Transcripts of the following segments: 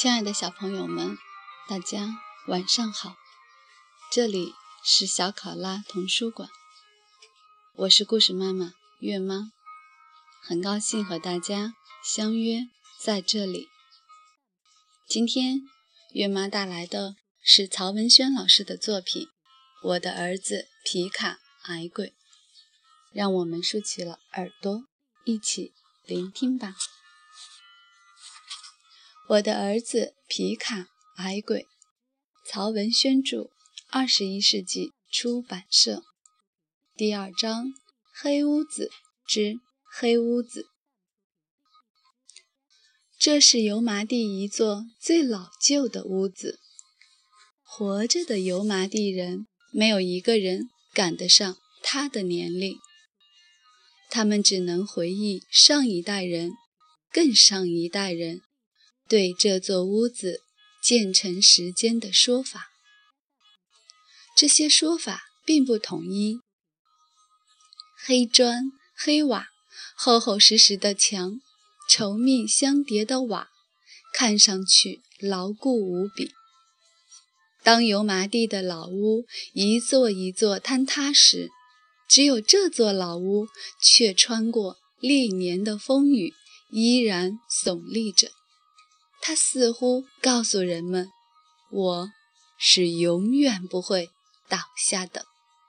亲爱的小朋友们，大家晚上好，这里是小考拉童书馆，我是故事妈妈月妈，很高兴和大家相约在这里。今天月妈带来的是曹文轩老师的作品《我的儿子皮卡矮鬼》，让我们竖起了耳朵，一起聆听吧。我的儿子皮卡矮鬼，曹文轩著，21世纪出版社。第2章，黑屋子之黑屋子。这是油麻地一座最老旧的屋子，活着的油麻地人没有一个人赶得上他的年龄，他们只能回忆上一代人、更上一代人对这座屋子建成时间的说法。这些说法并不统一。黑砖、黑瓦，厚厚实实的墙，稠密相叠的瓦，看上去牢固无比。当油麻地的老屋一座一座坍塌时，只有这座老屋却穿过历年的风雨，依然耸立着。它似乎告诉人们，我是永远不会倒下的。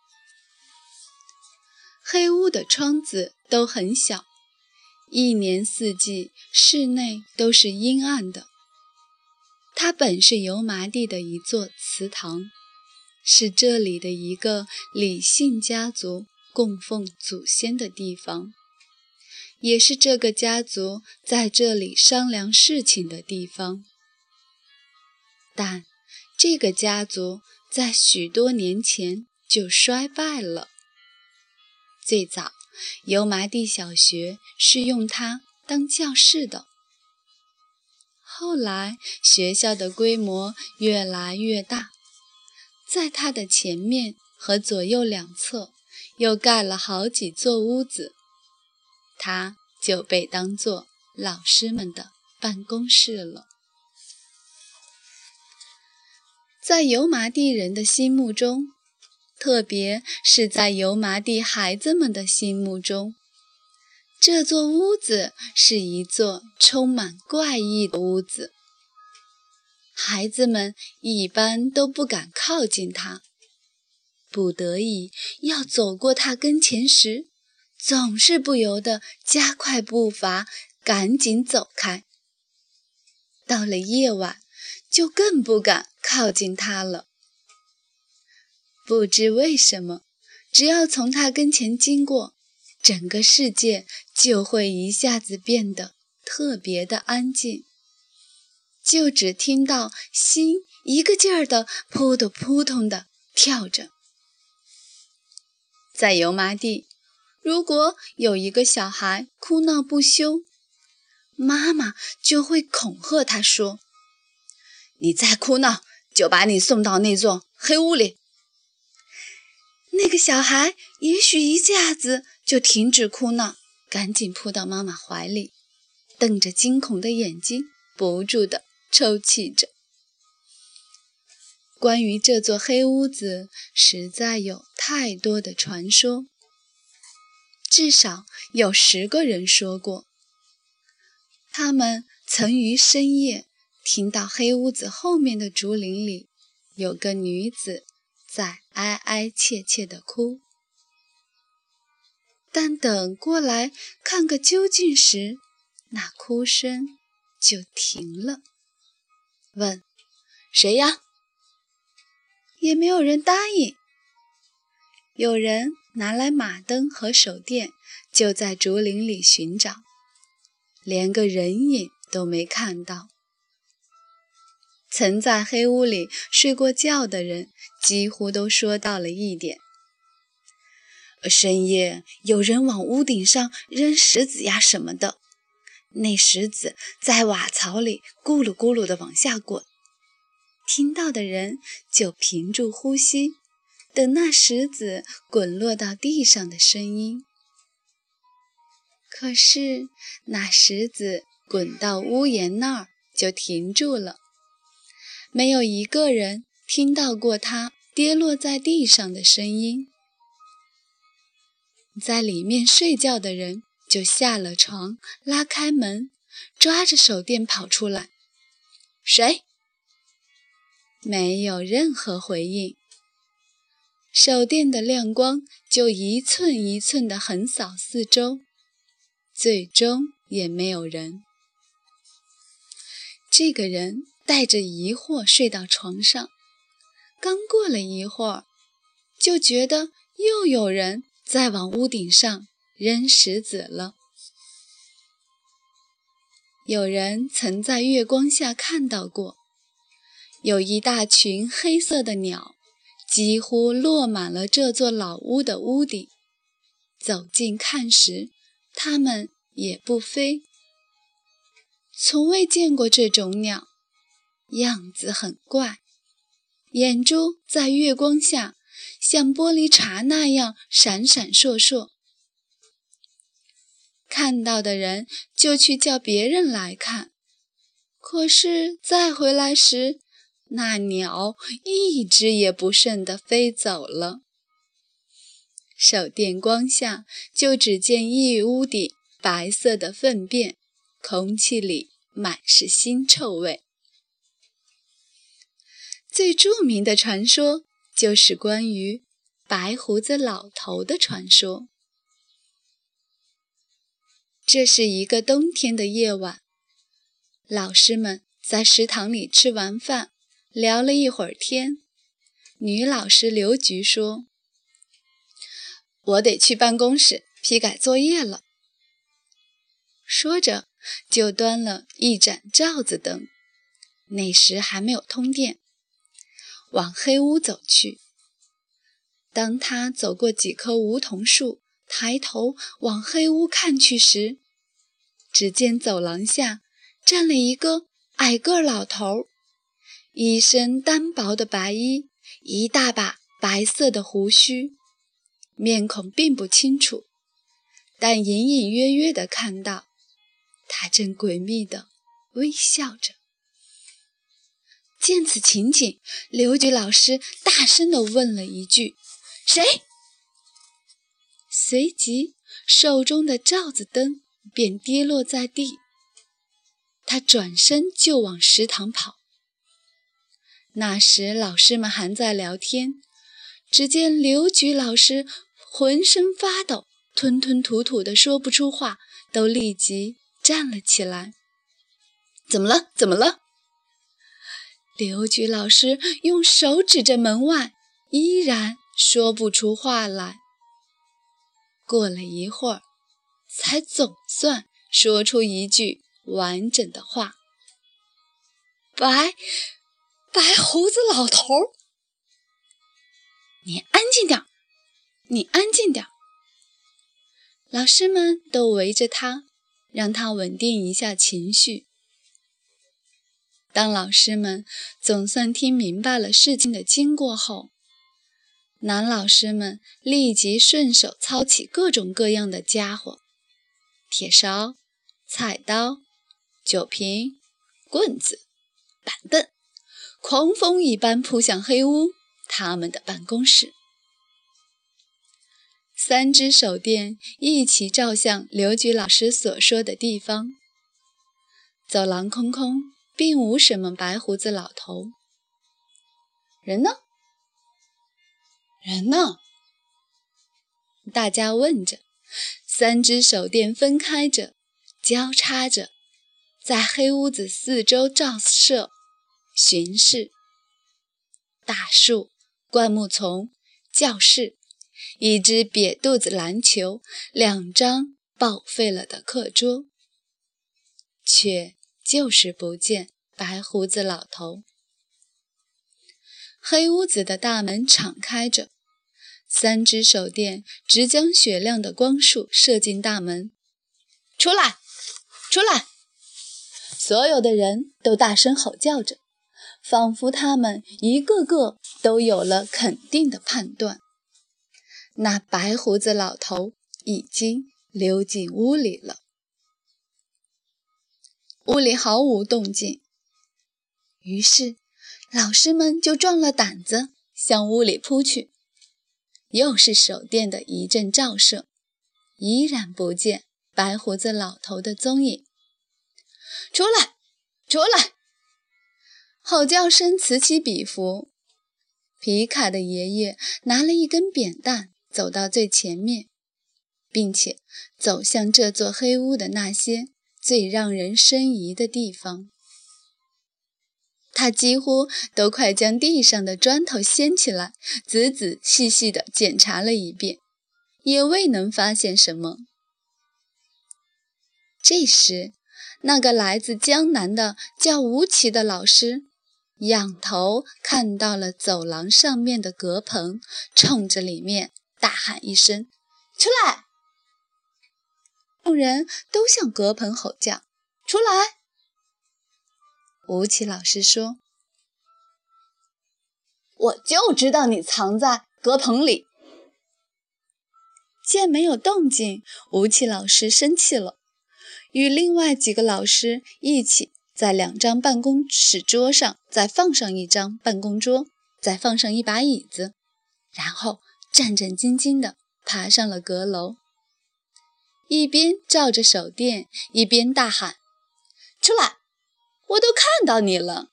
黑屋的窗子都很小，一年四季室内都是阴暗的。它本是油麻地的一座祠堂，是这里的一个李姓家族供奉祖先的地方，也是这个家族在这里商量事情的地方。但这个家族在许多年前就衰败了。最早，油麻地小学是用它当教室的。后来，学校的规模越来越大，在它的前面和左右两侧又盖了好几座屋子，它就被当作老师们的办公室了。在油麻地人的心目中，特别是在油麻地孩子们的心目中，这座屋子是一座充满怪异的屋子。孩子们一般都不敢靠近它，不得已要走过它跟前时，总是不由得加快步伐，赶紧走开。到了夜晚，就更不敢靠近它了。不知为什么，只要从它跟前经过，整个世界就会一下子变得特别的安静，就只听到心一个劲儿的扑通扑通的跳着。在油麻地，如果有一个小孩哭闹不休，妈妈就会恐吓他说：“你再哭闹，就把你送到那座黑屋里。”那个小孩也许一下子就停止哭闹，赶紧扑到妈妈怀里，瞪着惊恐的眼睛，不住地抽泣着。关于这座黑屋子，实在有太多的传说，至少有10个人说过，他们曾于深夜听到黑屋子后面的竹林里有个女子在哀哀切切地哭，但等过来看个究竟时，那哭声就停了。问：“谁呀？”也没有人答应。有人拿来马灯和手电，就在竹林里寻找，连个人影都没看到。曾在黑屋里睡过觉的人几乎都说到了一点：深夜有人往屋顶上扔石子呀什么的，那石子在瓦槽里咕噜咕噜地往下滚，听到的人就屏住呼吸，等那石子滚落到地上的声音。可是那石子滚到屋檐那儿就停住了， 没有一个人听到过它跌落在地上的声音。在里面睡觉的人就下了床，拉开门，抓着手电跑出来。谁？没有任何回应。手电的亮光就一寸一寸地横扫四周，最终也没有人。这个人带着疑惑睡到床上，刚过了一会儿，就觉得又有人在往屋顶上扔石子了。有人曾在月光下看到过，有一大群黑色的鸟几乎落满了这座老屋的屋顶。走近看时，它们也不飞。从未见过这种鸟，样子很怪，眼珠在月光下像玻璃碴那样闪闪烁烁。看到的人就去叫别人来看，可是再回来时，那鸟一只也不剩地飞走了。手电光下，就只见一屋顶白色的粪便，空气里满是腥臭味。最著名的传说就是关于白胡子老头的传说。这是一个冬天的夜晚，老师们在食堂里吃完饭，聊了一会儿天。女老师刘菊说：“我得去办公室批改作业了。”说着就端了一盏罩子灯，那时还没有通电，往黑屋走去。当他走过几棵梧桐树，抬头往黑屋看去时，只见走廊下站了一个矮个老头，一身单薄的白衣，一大把白色的胡须，面孔并不清楚，但隐隐约约地看到他正诡秘地微笑着。见此情景，刘菊老师大声地问了一句：“谁？”随即手中的罩子灯便跌落在地，他转身就往食堂跑。那时老师们还在聊天，只见刘菊老师浑身发抖，吞吞吐吐地说不出话，都立即站了起来。“怎么了？怎么了？”刘菊老师用手指着门外，依然说不出话来。过了一会儿，才总算说出一句完整的话：“白胡子老头。”“你安静点，你安静点。”老师们都围着他，让他稳定一下情绪。当老师们总算听明白了事情的经过后，男老师们立即顺手操起各种各样的家伙，铁勺、菜刀、酒瓶、棍子、板凳，狂风一般扑向黑屋，他们的办公室。3只手电一起照向刘菊老师所说的地方。走廊空空，并无什么白胡子老头。人呢？人呢？大家问着。3只手电分开着，交叉着，在黑屋子四周照射、巡视。大树、灌木丛、教室，一只瘪肚子篮球，2张报废了的课桌，却就是不见白胡子老头。黑屋子的大门敞开着，3只手电直将雪亮的光束射进大门。“出来！出来！”所有的人都大声吼叫着，仿佛他们一个个都有了肯定的判断。那白胡子老头已经溜进屋里了。屋里毫无动静，于是老师们就壮了胆子向屋里扑去，又是手电的一阵照射，依然不见白胡子老头的踪影。出来，出来！吼叫声此起彼伏。皮卡的爷爷拿了一根扁担走到最前面，并且走向这座黑屋的那些最让人生疑的地方。他几乎都快将地上的砖头掀起来，仔仔细细地检查了一遍，也未能发现什么。这时，那个来自江南的叫吴奇的老师仰头看到了走廊上面的隔棚，冲着里面大喊一声：“出来！”众人都向隔棚吼叫：“出来！”吴奇老师说：“我就知道你藏在隔棚里。”见没有动静，吴奇老师生气了，与另外几个老师一起在2张办公室桌上再放上一张办公桌，再放上一把椅子，然后战战兢兢地爬上了阁楼，一边照着手电，一边大喊：“出来！我都看到你了！”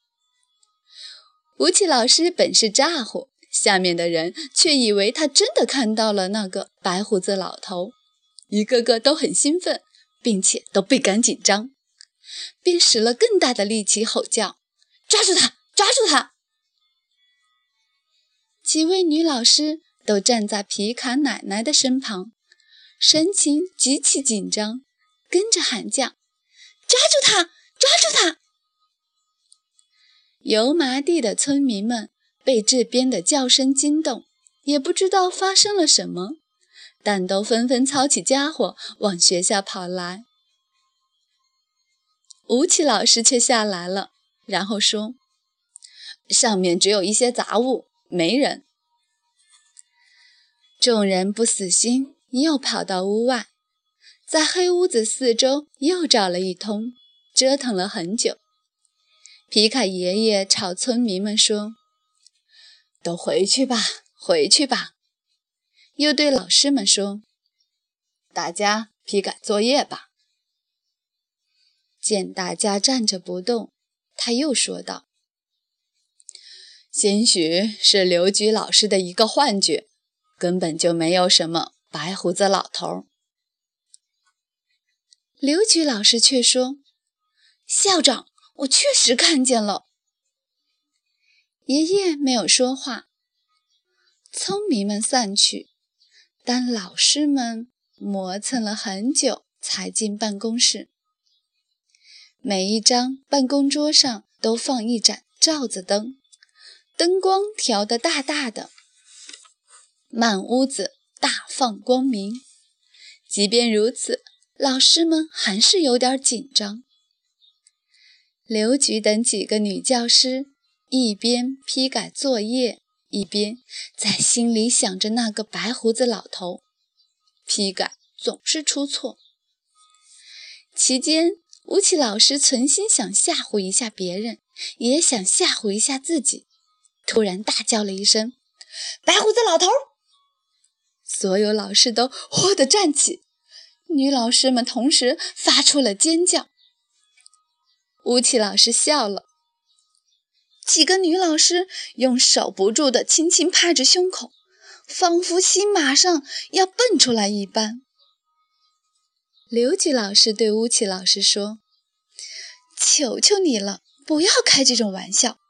吴奇老师本是咋呼，下面的人却以为他真的看到了那个白胡子老头，一个个都很兴奋，并且都倍感紧张，便使了更大的力气吼叫：“抓住他！抓住他！”几位女老师都站在皮卡奶奶的身旁，神情极其紧张，跟着喊叫：“抓住他！抓住他！”油麻地的村民们被这边的叫声惊动，也不知道发生了什么，但都纷纷操起家伙往学校跑来。吴奇老师却下来了，然后说：“上面只有一些杂物，没人。”众人不死心，又跑到屋外，在黑屋子四周又找了一通，折腾了很久。皮卡爷爷朝村民们说：“都回去吧，回去吧。”又对老师们说：“大家批改作业吧。”见大家站着不动，他又说道：“兴许是刘局老师的一个幻觉，根本就没有什么白胡子老头。”刘局老师却说：“校长，我确实看见了。”爷爷没有说话。村民们散去，但老师们磨蹭了很久才进办公室。每一张办公桌上都放一盏罩子灯，灯光调得大大的，满屋子大放光明。即便如此，老师们还是有点紧张。刘局等几个女教师一边批改作业，一边在心里想着那个白胡子老头，批改总是出错。期间，吴奇老师存心想吓唬一下别人，也想吓唬一下自己，突然大叫了一声：“白胡子老头！”所有老师都豁地站起，女老师们同时发出了尖叫。吴奇老师笑了，几个女老师用手不住地轻轻拍着胸口，仿佛心马上要蹦出来一般。刘局老师对吴奇老师说：“求求你了，不要开这种玩笑。”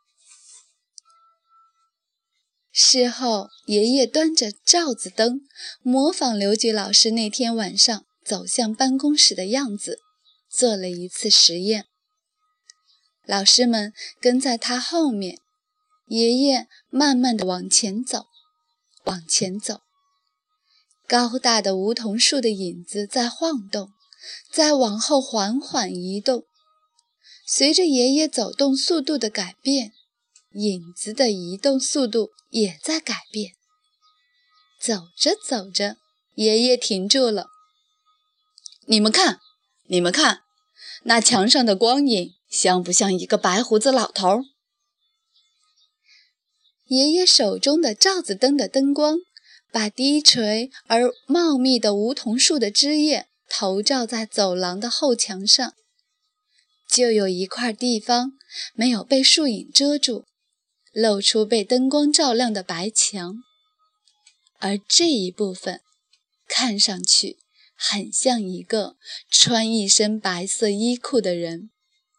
事后，爷爷端着罩子灯，模仿刘局老师那天晚上走向办公室的样子，做了一次实验。老师们跟在他后面，爷爷慢慢地往前走，往前走。高大的梧桐树的影子在晃动，在往后缓缓移动。随着爷爷走动速度的改变，影子的移动速度也在改变。走着走着，爷爷停住了。你们看，你们看，那墙上的光影像不像一个白胡子老头？ 爷爷手中的罩子灯的灯光把低垂而茂密的梧桐树的枝叶投照在走廊的后墙上，就有一块地方没有被树影遮住，露出被灯光照亮的白墙，而这一部分看上去很像一个穿一身白色衣裤的人。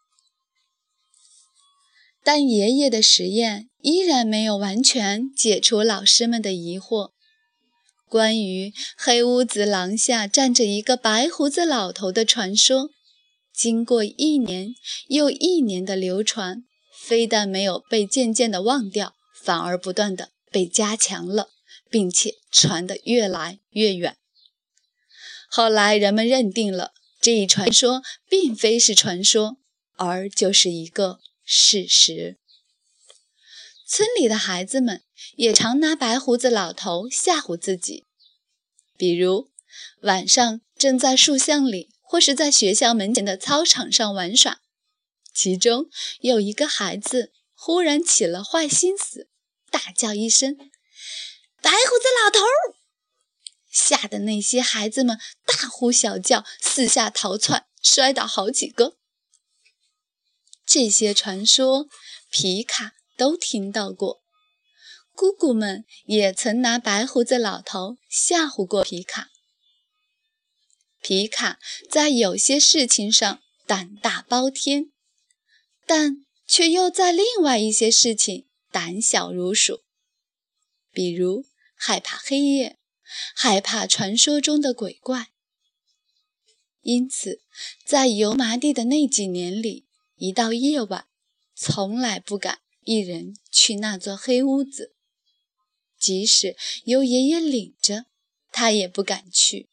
但爷爷的实验依然没有完全解除老师们的疑惑。关于黑屋子廊下站着一个白胡子老头的传说，经过一年又一年的流传，非但没有被渐渐地忘掉，反而不断地被加强了，并且传得越来越远。后来人们认定了这一传说并非是传说，而就是一个事实。村里的孩子们也常拿白胡子老头吓唬自己，比如晚上正在树巷里或是在学校门前的操场上玩耍，其中有一个孩子忽然起了坏心思，大叫一声：“白胡子老头！”吓得那些孩子们大呼小叫，四下逃窜，摔倒好几个。这些传说皮卡都听到过，姑姑们也曾拿白胡子老头吓唬过皮卡。皮卡在有些事情上胆大包天，但却又在另外一些事情胆小如鼠，比如害怕黑夜，害怕传说中的鬼怪。因此在油麻地的那几年里，一到夜晚从来不敢一人去那座黑屋子，即使由爷爷领着，他也不敢去。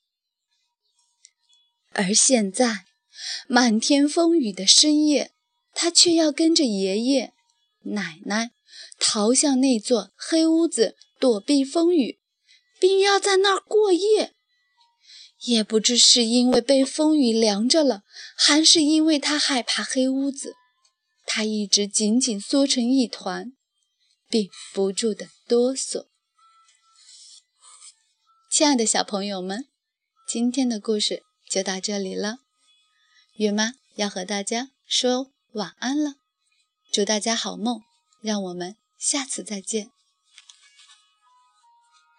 而现在满天风雨的深夜，他却要跟着爷爷奶奶逃向那座黑屋子躲避风雨，并要在那儿过夜。也不知是因为被风雨凉着了，还是因为他害怕黑屋子，他一直紧紧缩成一团，并不住地哆嗦。亲爱的小朋友们，今天的故事就到这里了，月妈要和大家说晚安了，祝大家好梦，让我们下次再见。